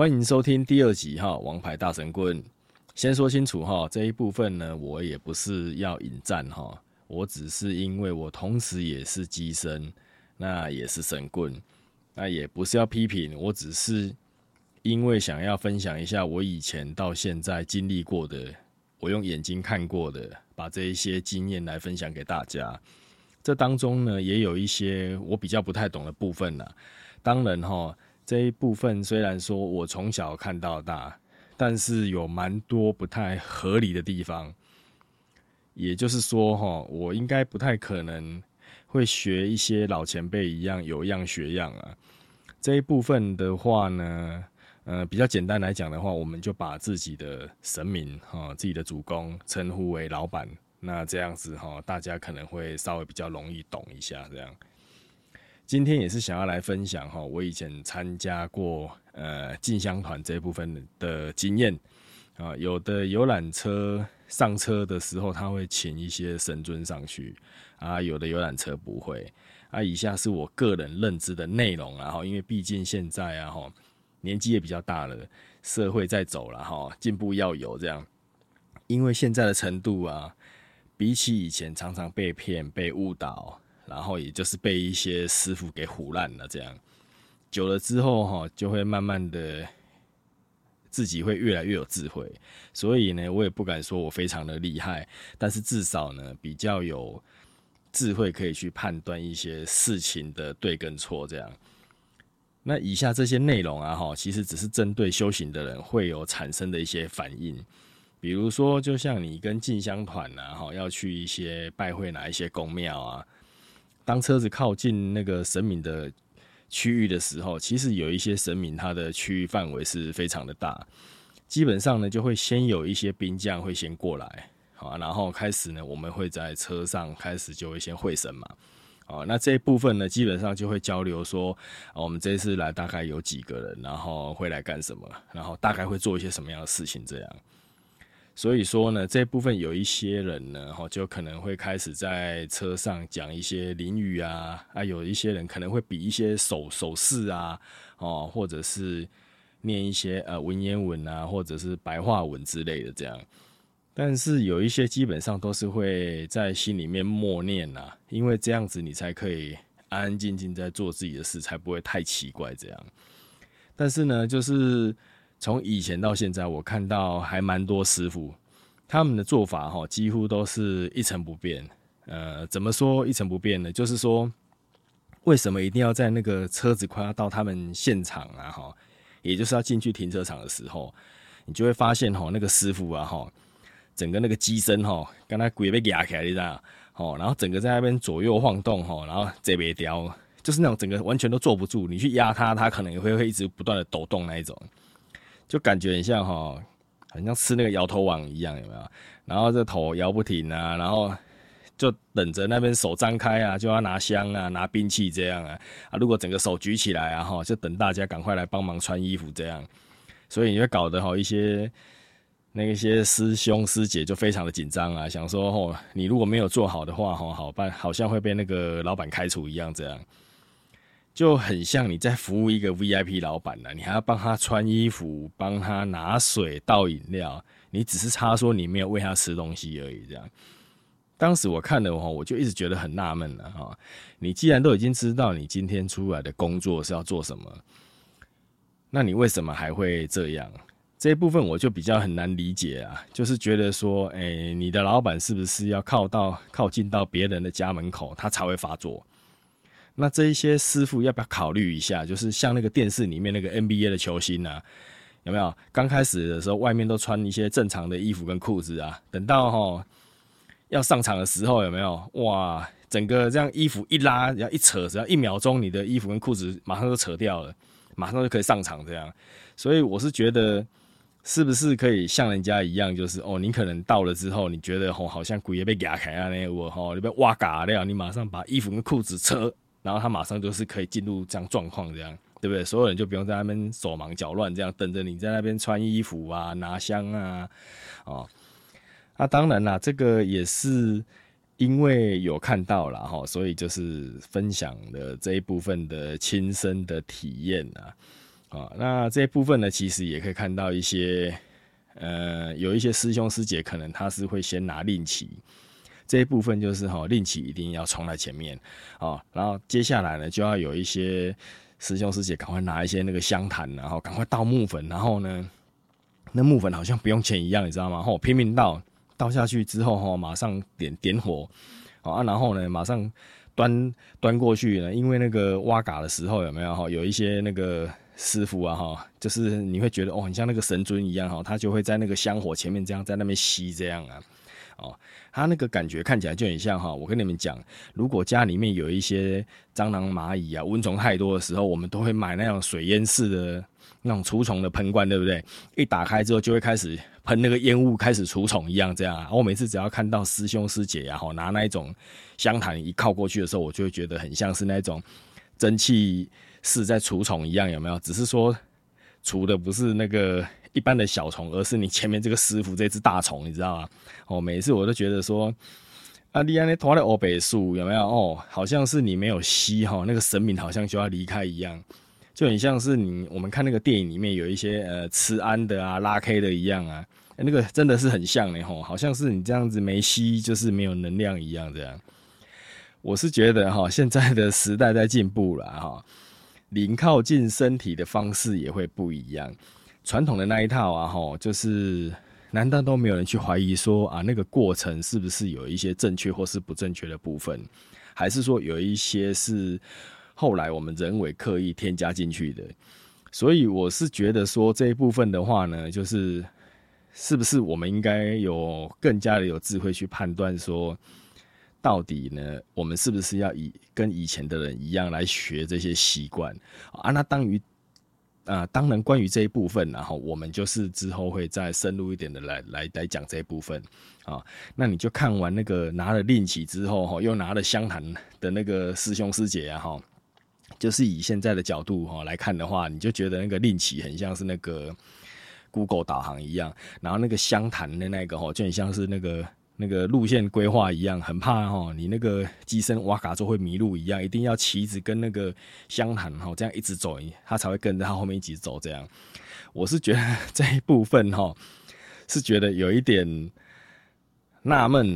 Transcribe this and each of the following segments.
欢迎收听第2集哈，王牌大神棍。先说清楚哈，这一部分呢，我也不是要引战哈，我只是因为我同时也是机身，那也是神棍，那也不是要批评，我只是因为想要分享一下我以前到现在经历过的，我用眼睛看过的，把这一些经验来分享给大家。这当中呢，也有一些我比较不太懂的部分啦。当然哈，这一部分虽然说我从小看到大，但是有蛮多不太合理的地方。也就是说哈，我应该不太可能会学一些老前辈一样有样学样啊。这一部分的话呢，比较简单来讲的话，我们就把自己的神明哈，自己的主公称呼为老板。那这样子哈，大家可能会稍微比较容易懂一下这样。今天也是想要来分享哈，我以前参加过进香团这部分的经验啊，有的游览车上车的时候，他会请一些神尊上去啊，有的游览车不会啊。以下是我个人认知的内容啊，因为毕竟现在啊哈，年纪也比较大了，社会在走了哈，进步要有这样。因为现在的程度啊，比起以前常常被骗、被误导。然后也就是被一些师傅给唬烂了，这样久了之后就会慢慢的自己会越来越有智慧。所以呢，我也不敢说我非常的厉害，但是至少呢，比较有智慧可以去判断一些事情的对跟错。这样，那以下这些内容啊，其实只是针对修行的人会有产生的一些反应。比如说，就像你跟进香团啊，要去一些拜会哪一些宫庙啊。当车子靠近那个神明的区域的时候，其实有一些神明它的区域范围是非常的大，基本上呢就会先有一些兵将会先过来，然后开始呢我们会在车上开始就会先会神嘛，那这一部分呢基本上就会交流说，我们这一次来大概有几个人，然后会来干什么，然后大概会做一些什么样的事情这样。所以说呢，这部分有一些人呢，就可能会开始在车上讲一些俚语啊，有一些人可能会比一些手势啊，或者是念一些文言文啊，或者是白话文之类的这样。但是有一些基本上都是会在心里面默念啊，因为这样子你才可以安安静静在做自己的事，才不会太奇怪这样。但是呢，就是从以前到现在，我看到还蛮多师傅，他们的做法几乎都是一成不变。怎么说一成不变呢？就是说，为什么一定要在那个车子快要到他们现场啊，也就是要进去停车场的时候，你就会发现那个师傅啊，整个那个机身跟他鬼被压起来，你知道？然后整个在那边左右晃动，然后这边掉，就是那种整个完全都坐不住。你去压他，他可能也会一直不断的抖动那一种。就感觉很像很像吃那个摇头丸一样，有没有？然后这头摇不停啊，然后就等着那边手张开啊，就要拿香啊，拿兵器这样啊。如果整个手举起来啊，就等大家赶快来帮忙穿衣服这样。所以你会搞得一些那些师兄师姐就非常的紧张啊，想说你如果没有做好的话好像会被那个老板开除一样这样。就很像你在服务一个 VIP 老板你还要帮他穿衣服，帮他拿水倒饮料，你只是差说你没有喂他吃东西而已这样。当时我看了我就一直觉得很纳闷了你既然都已经知道你今天出来的工作是要做什么，那你为什么还会这样？这一部分我就比较很难理解啊，就是觉得说你的老板是不是要靠近到别人的家门口他才会发作？那这一些师傅要不要考虑一下？就是像那个电视里面那个 NBA 的球星啊，有没有？刚开始的时候外面都穿一些正常的衣服跟裤子啊，等到要上场的时候，有没有？哇，整个这样衣服一拉，然后一扯，只要1秒钟，你的衣服跟裤子马上就扯掉了，马上就可以上场这样。所以我是觉得，是不是可以像人家一样，就是你可能到了之后，你觉得好像鬼也被压开啊那我你被挖嘎了，你马上把衣服跟裤子扯。然后他马上就是可以进入这样状况，这样对不对？所有人就不用在那边手忙脚乱，这样等着你在那边穿衣服啊、拿香啊，当然啦，这个也是因为有看到啦，所以就是分享了这一部分的亲身的体验啊。 那这一部分呢，其实也可以看到一些有一些师兄师姐可能他是会先拿令旗。这一部分就是令旗一定要冲在前面然后接下来呢就要有一些师兄师姐赶快拿一些那个香坛，然后赶快倒木粉，然后呢那木粉好像不用钱一样，你知道吗？拼命倒下去之后马上点火然后呢马上端过去呢，因为那个挖嘎的时候有没有有一些那个师傅就是你会觉得很像那个神尊一样他就会在那个香火前面这样在那边吸这样他那个感觉看起来就很像我跟你们讲，如果家里面有一些蟑螂蚂蚁蚊虫太多的时候，我们都会买那种水烟式的那种除虫的喷罐，对不对？一打开之后就会开始喷那个烟雾，开始除虫一样这样我每次只要看到师兄师姐拿那一种香坛一靠过去的时候，我就会觉得很像是那种蒸汽式在除虫一样，有没有？只是说除的不是那个一般的小虫，而是你前面这个师傅这只大虫，你知道吗？每次我都觉得说，你安尼拖在欧北树有没有？好像是你没有吸那个神明好像就要离开一样，就很像是我们看那个电影里面有一些吃安的拉 K 的一样那个真的是很像好像是你这样子没吸就是没有能量一样这样。我是觉得现在的时代在进步了灵靠近身体的方式也会不一样。传统的那一套就是难道都没有人去怀疑说那个过程是不是有一些正确或是不正确的部分，还是说有一些是后来我们人为刻意添加进去的？所以我是觉得说这一部分的话呢，就是是不是我们应该有更加的有智慧去判断说，到底呢我们是不是要跟以前的人一样来学这些习惯那当然关于这一部分然后我们就是之后会再深入一点的来讲这一部分那你就看完那个拿了令旗之后又拿了香坛的那个师兄师姐就是以现在的角度来看的话，你就觉得那个令旗很像是那个 Google 导航一样，然后那个香坛的那个就很像是那个路线规划一样，很怕你那个机身挖嘎之后会迷路一样，一定要旗子跟那个香坛这样一直走，他才会跟着他后面一起走这样。我是觉得这一部分是觉得有一点纳闷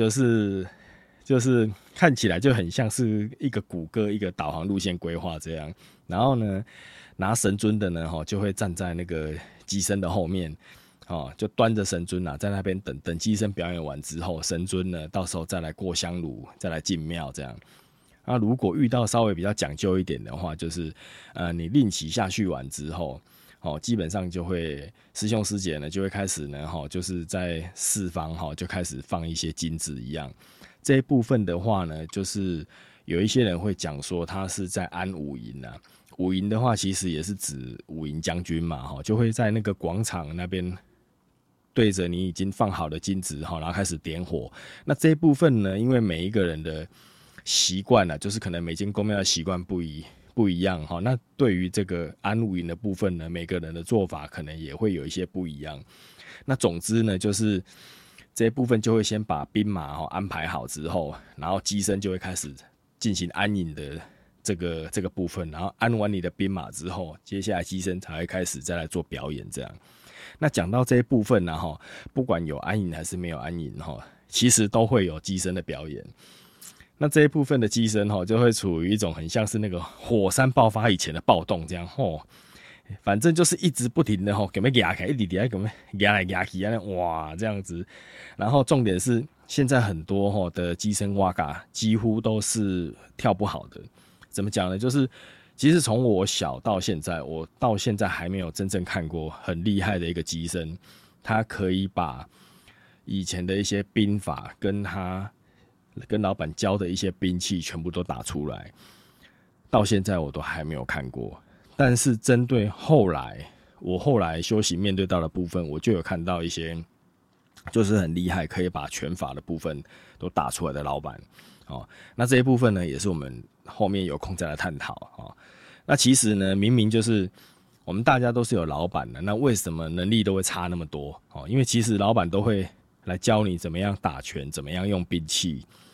就是看起来就很像是一个谷歌一个导航路线规划这样，然后呢拿神尊的呢就会站在那个机身的后面就端着神尊在那边等机身表演完之后，神尊呢到时候再来过香炉，再来进庙这样。如果遇到稍微比较讲究一点的话，就是你令旗下去完之后基本上就会师兄师姐呢就会开始呢就是在四方就开始放一些金子一样。这一部分的话呢，就是有一些人会讲说他是在安五营五营的话其实也是指五营将军嘛就会在那个广场那边对着你已经放好的金子然后开始点火。那这一部分呢，因为每一个人的习惯就是可能每间宫庙的习惯不一样那对于这个安五营的部分呢，每个人的做法可能也会有一些不一样。那总之呢，就是这一部分就会先把兵马安排好之后，然后机身就会开始进行安营的这个部分，然后安完你的兵马之后，接下来机身才会开始再来做表演这样。那讲到这一部分呢不管有安营还是没有安营其实都会有机身的表演。那这一部分的机身就会处于一种很像是那个火山爆发以前的暴动这样反正就是一直不停的给没压开，一直给没压来压去哇这样子。然后重点是现在很多的机身挖嘎几乎都是跳不好的。怎么讲呢？就是其实从我小到现在，我到现在还没有真正看过很厉害的一个机身，他可以把以前的一些兵法跟老板教的一些兵器全部都打出来，到现在我都还没有看过。但是针对我后来修行面对到的部分，我就有看到一些就是很厉害，可以把拳法的部分都打出来的老板那这一部分呢，也是我们后面有空再来探讨那其实呢，明明就是我们大家都是有老板的，那为什么能力都会差那么多因为其实老板都会来教你怎么样打拳，怎么样用兵器。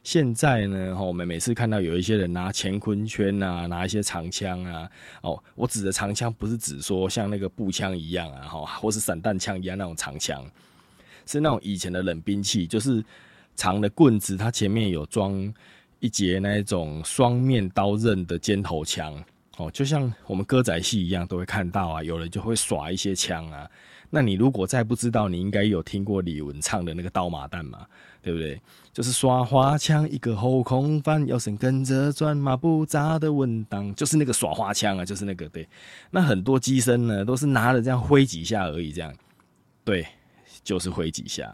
现在呢，我们每次看到有一些人拿乾坤圈啊，拿一些长枪啊，我指的长枪不是指说像那个步枪一样啊，或是散弹枪一样那种长枪，是那种以前的冷兵器，就是长的棍子，它前面有装一节那一种双面刀刃的尖头枪，就像我们歌仔戏一样，都会看到啊，有人就会耍一些枪啊。那你如果再不知道，你应该有听过李玟唱的那个刀马旦嘛，对不对？就是耍花枪，一个后空翻，腰身跟着转，马步扎的稳当，就是那个耍花枪啊，就是那个对。那很多机身呢，都是拿着这样挥几下而已，这样，对，就是挥几下。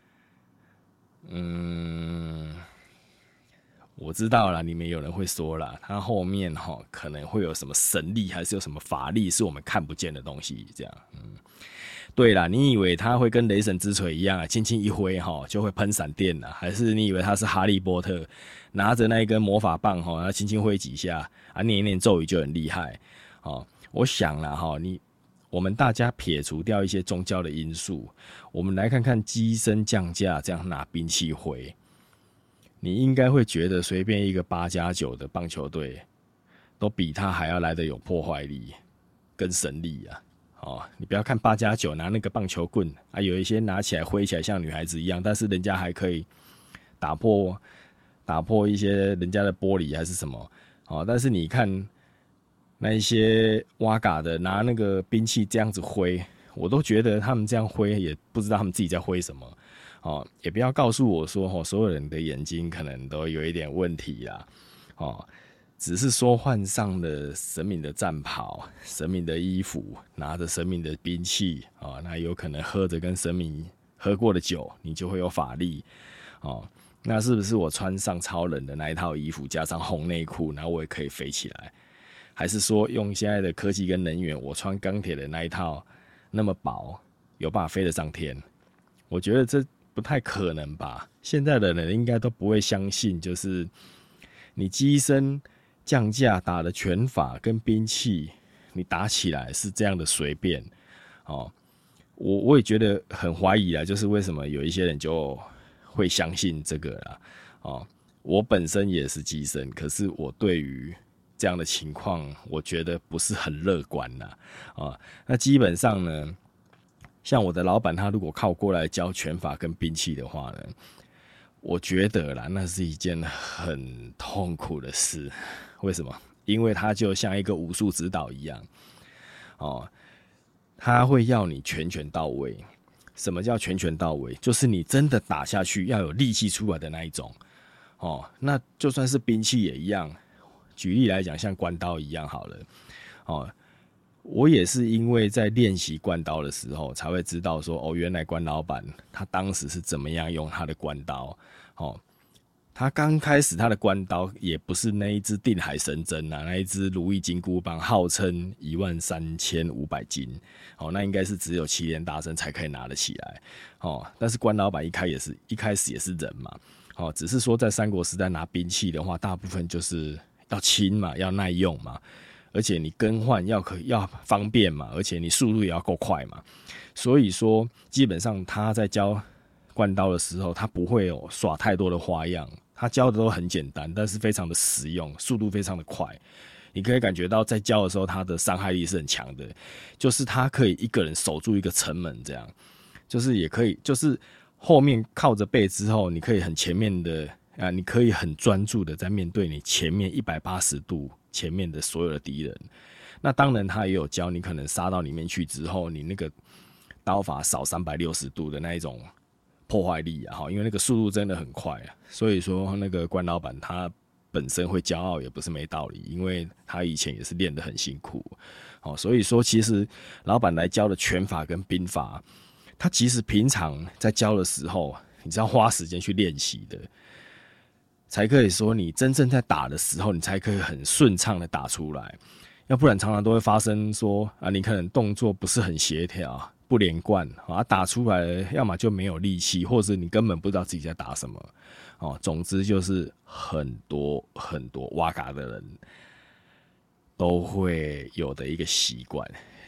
我知道啦，你们有人会说啦，它后面可能会有什么神力，还是有什么法力，是我们看不见的东西，这样，对啦，你以为他会跟雷神之锤一样啊，轻轻一挥就会喷闪电啦？还是你以为他是哈利波特，拿着那一根魔法棒然后轻轻挥几下啊，念一念咒语就很厉害？我想啦我们大家撇除掉一些宗教的因素，我们来看看机身降价这样拿兵器挥，你应该会觉得随便一个8+9的棒球队，都比他还要来得有破坏力跟神力啊！你不要看8+9拿那个棒球棍啊，有一些拿起来挥起来像女孩子一样，但是人家还可以打破一些人家的玻璃还是什么，但是你看那一些哇嘎的拿那个兵器这样子挥，我都觉得他们这样挥也不知道他们自己在挥什么，也不要告诉我说所有人的眼睛可能都有一点问题啦，只是说换上了神明的战袍、神明的衣服，拿着神明的兵器那有可能喝着跟神明喝过的酒，你就会有法力那是不是我穿上超人的那一套衣服，加上红内裤，然后我也可以飞起来？还是说用现在的科技跟能源，我穿钢铁的那一套那么薄，有办法飞得上天？我觉得这不太可能吧。现在的人应该都不会相信，就是你机身降价打的拳法跟兵器，你打起来是这样的随便我也觉得很怀疑啦，就是为什么有一些人就会相信这个啦我本身也是机身，可是我对于这样的情况，我觉得不是很乐观啦那基本上呢，像我的老板他如果靠过来教拳法跟兵器的话呢，我觉得啦，那是一件很痛苦的事。为什么？因为他就像一个武术指导一样他会要你拳拳到位。什么叫拳拳到位？就是你真的打下去要有力气出来的那一种那就算是兵器也一样。举例来讲，像关刀一样好了我也是因为在练习关刀的时候，才会知道说原来关老板他当时是怎么样用他的关刀他刚开始他的关刀也不是那一支定海神针那一支如意金箍棒号称13500斤那应该是只有齐连大圣才可以拿得起来但是关老板一开始也是人嘛只是说在三国时代拿兵器的话，大部分就是要轻嘛，要耐用嘛，而且你更换要方便嘛，而且你速度也要够快嘛，所以说基本上他在教关刀的时候，他不会有耍太多的花样。他教的都很简单，但是非常的实用，速度非常的快。你可以感觉到在教的时候，他的伤害力是很强的，就是他可以一个人守住一个城门，这样，就是也可以，就是后面靠着背之后，你可以很前面的你可以很专注的在面对你前面180度前面的所有的敌人。那当然，他也有教你可能杀到里面去之后，你那个刀法扫360度的那一种破坏力因为那个速度真的很快所以说那个关老板他本身会骄傲也不是没道理，因为他以前也是练得很辛苦所以说其实老板来教的拳法跟兵法，他其实平常在教的时候，你是要花时间去练习的，才可以说你真正在打的时候，你才可以很顺畅的打出来，要不然常常都会发生说你可能动作不是很协调，不连贯打出来要么就没有力气，或者你根本不知道自己在打什么总之就是很多哇嘎的人都会有的一个习惯，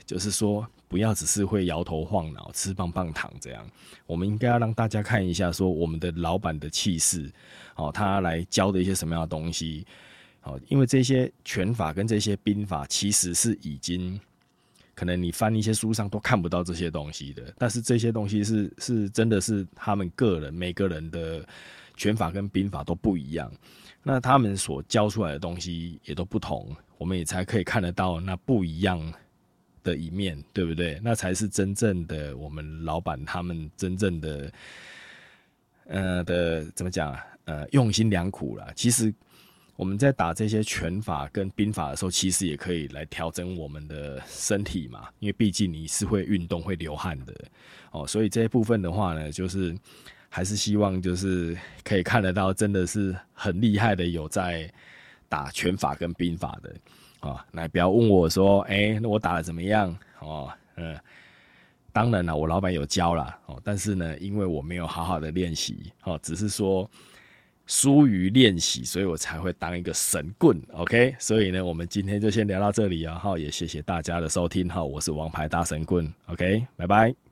就是说不要只是会摇头晃脑吃棒棒糖这样，我们应该要让大家看一下说我们的老板的气势，他来教的一些什么样的东西，因为这些拳法跟这些兵法其实是已经可能你翻一些书上都看不到这些东西的，但是这些东西是真的是他们每个人的拳法跟兵法都不一样，那他们所教出来的东西也都不同，我们也才可以看得到那不一样的一面，对不对？那才是真正的我们老板他们真正的怎么讲用心良苦啦。其实我们在打这些拳法跟兵法的时候，其实也可以来调整我们的身体嘛，因为毕竟你是会运动会流汗的所以这一部分的话呢，就是还是希望就是可以看得到真的是很厉害的有在打拳法跟兵法的那不要问我说那我打得怎么样当然啦，我老板有教啦但是呢，因为我没有好好的练习只是说疏于练习，所以我才会当一个神棍 OK， 所以呢我们今天就先聊到这里也谢谢大家的收听我是王牌大神棍 OK， 拜拜。